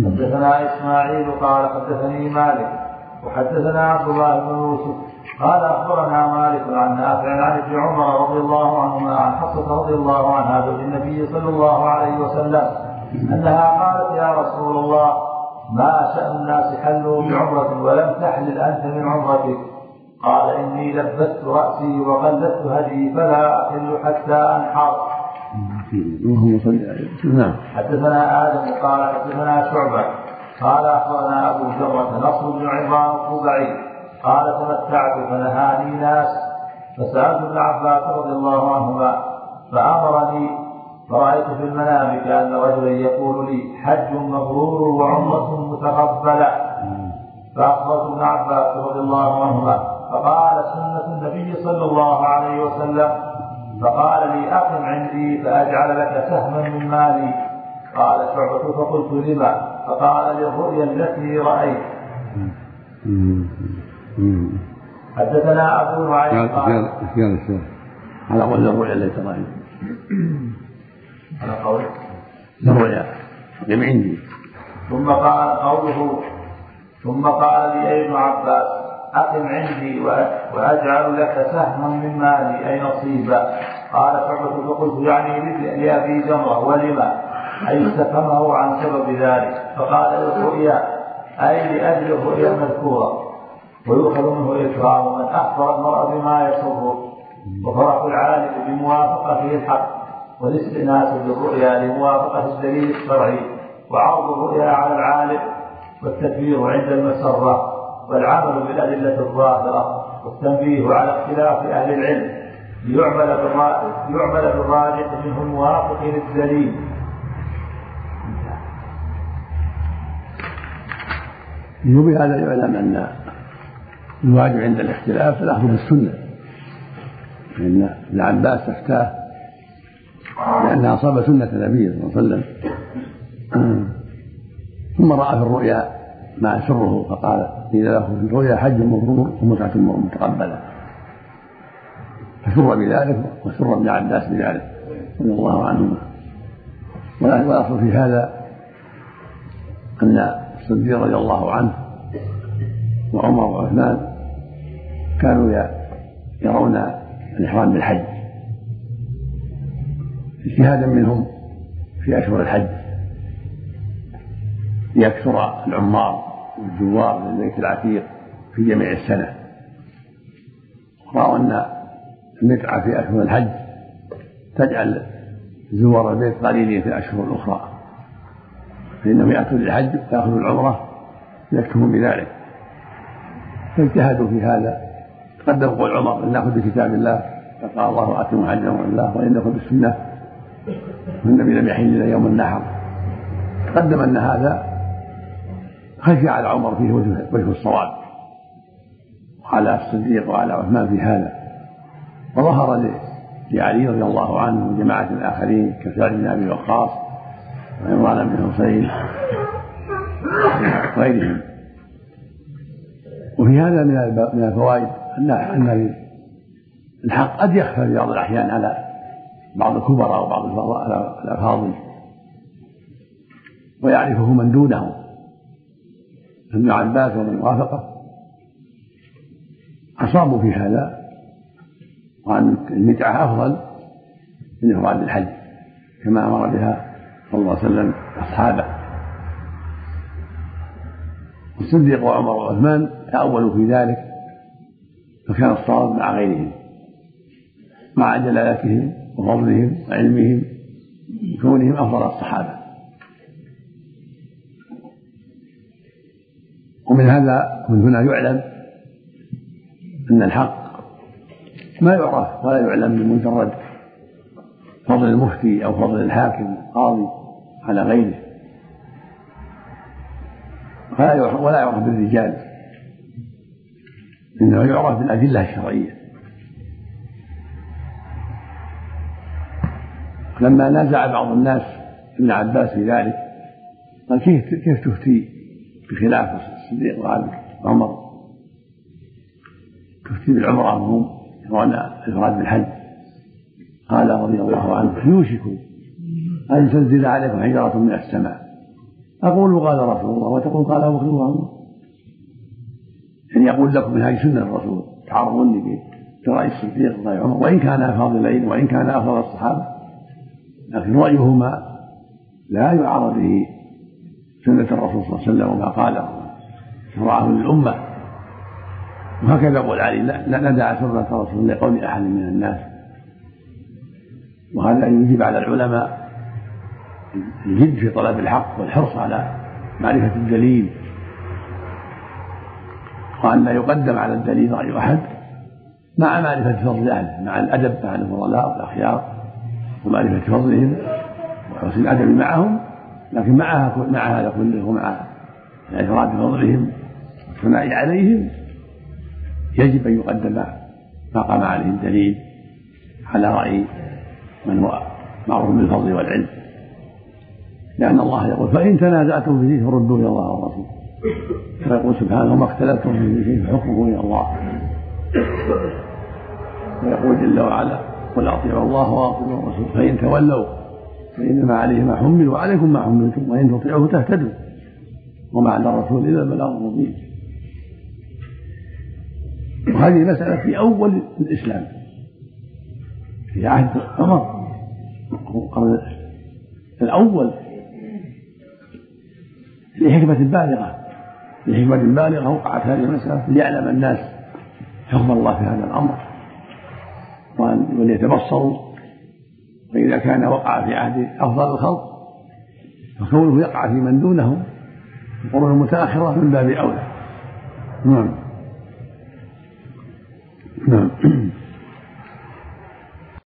حدثنا إسماعيل قال حدثني مالك وحدثنا عبد الله بن يوسف قال أخبرنا مالك عن نافع عن ابن عمر رضي الله عنهما عن حفصة رضي الله عنها زوج النبي صلى الله عليه وسلم أنها قالت يا رسول الله ما شأن الناس حلوا بعمرة ولم تحلل أنت من عمرتك؟ قال إني لبست رأسي وغلت هدي فلا أحل حتى أنحر. حدثنا آدم قال حدثنا شعبة قال أخبرنا أبو جرة نصر بن عمران الخزاعي قال تمتعت فنهاني ناس فسألت ابن عباس رضي الله عنهما فأمرني فرأيت في المنام كأن رجلا يقول لي حج مبرور وعمرة متقبلة فأخبرت ابن عباس رضي الله عنهما فقال سنة النبي صلى الله عليه وسلم فقال لي أقم عندي فأجعل لك سهما من مالي. قال شعبة فقلت لما؟ فقال للرؤيا التي رأيت. حدثنا أبو نعيم قال على قول الرؤيا التي رأيت على قول الرؤيا أقم عندي ثم قال لي ابن عباس أقم عندي وأجعل لك سهما من مالي أي نصيبا. قال شعبة فقلت يعني لأبي جمرة ولما؟ أي استفهمه عن سبب ذلك. فقال الرؤيا أي لأجل الرؤيا المذكورة ويؤخذ منه إكرام من أخبر المرء بما يسره وفرح العالم بموافقته الحق والاستئناس بالرؤيا لموافقة الدليل الشرعي وعرض الرؤيا على العالم والتكبير عند المسرة والعمل بالأدلة الظاهرة والتنبيه على اختلاف أهل العلم ليعمل بالراجح منه الموافق للدليل. بهذا يعلم أن الواجب عند الاختلاف الأخذ بالسنة، فإن ابن عباس افتاه لأنها أصاب سنة النبي صلى الله عليه وسلم ثم رأى في الرؤيا ما يسره فقال إذا له في الرؤيا حج مبرور ومتعة متقبلة فسر بذلك وسر ابن عباس بذلك رضي الله عنهما. والأصل في هذا أن الصديق رضي الله عنه وعمر وعثمان كانوا يرون الإحرام بالحج اجتهادا منهم في أشهر الحج ليكثر العمار والزوار للبيت العتيق في جميع السنة، رأوا أن المتعة في أشهر الحج تجعل زوار البيت قليلين في الأشهر الأخرى، فإنهم يأتوا للحج ويأخذوا العمرة يكتفون بذلك، فاجتهدوا في هذا. تقدم قول عمر إن نأخذ بكتاب الله فقال الله أتم حجه الله وإن نأخذ بالسنة والنبي لم يحل إلى يوم النحر. تقدم أن هذا خشي على عمر فيه وجه الصواب وعلى الصديق وعلى عثمان في هذا، وظهر لعلي رضي الله عنه وجماعة الآخرين كسعد بن أبي وقاص وعمران بن حسين وغيرهم. وفي هذا من الفوائد أن الحق قد يخفى في بعض الأحيان على بعض الكبراء وبعض الأفاضل ويعرفه من دونه. ابن عباس ومن وافقه أصابوا في هذا، وأن المتعة أفضل من إفراد الحج كما أمر بها صلى الله عليه وسلم أصحابه. الصديق وعمر وعثمان تأولوا في ذلك، فكان الصواب مع غيرهم مع جلالتهم وفضلهم وعلمهم وكونهم أفضل الصحابة. ومن هنا يعلم أن الحق ما يعرف ولا يعلم بمجرد فضل المفتي أو فضل الحاكم القاضي على غيره، ولا يعرف بالرجال، إنه يعرف بالأدلة الشرعية. لما نازع بعض الناس ابن عباس في ذلك قال كيف تفتي بخلاف الصديق وعمر، تفتي بالعمرة وهم يرون الإفراد بالحج؟ قال رضي الله عنه يوشك أن تنزل عليكم حجرة من السماء أقول قال رسول الله وتقول قال أبو بكر وعمر، يعني يقول لكم من هذه سنة الرسول تعرضوني برأي الصديق رضي الله عنه وإن كان فاضلين وإن كان أفضل الصحابة، لكن رأيهما لا يعارض به سنة الرسول صلى الله عليه وسلم وما قاله شرعه للأمة. وهكذا يقول علي لا ندع سنة الرسول لقول أحد من الناس. وهذا يجب على العلماء الجد في طلب الحق والحرص على معرفة الدليل، وأن لا يقدم على الدليل رأي أحد مع معرفة فضل أهله، مع الأدب مع الفضلاء والأخيار ومعرفة فضلهم وحسن الأدب معهم، لكن مع هذا كله ومع الاعتراف بفضلهم والثناء عليهم يجب أن يقدم ما قام عليه الدليل على رأي من هو معروف بالفضل والعلم، لأن الله يقول فإن تنازعتم في شيء فردوه إلى الله والرسول، ويقول سبحانه وما اختلفتم في شيء فحكمه إلى الله، ويقول جل وعلا قل أطيعوا الله وأطيعوا الرسول فإن تولوا فإنما عليه ما حمل وعليكم ما حملتم وإن تطيعوه تهتدوا وما على الرسول إلا البلاغ المبين. وهذه مسألة في أول الإسلام في عهد عمر القرن الأول لحكمة بالغة وقعت هذه المسألة ليعلم الناس حكم الله في هذا الأمر وليتبصروا، فإذا كان وقع في عهد أفضل الخلق فكونه يقع في من دونهم القرون المتأخرة من باب أولى. نعم.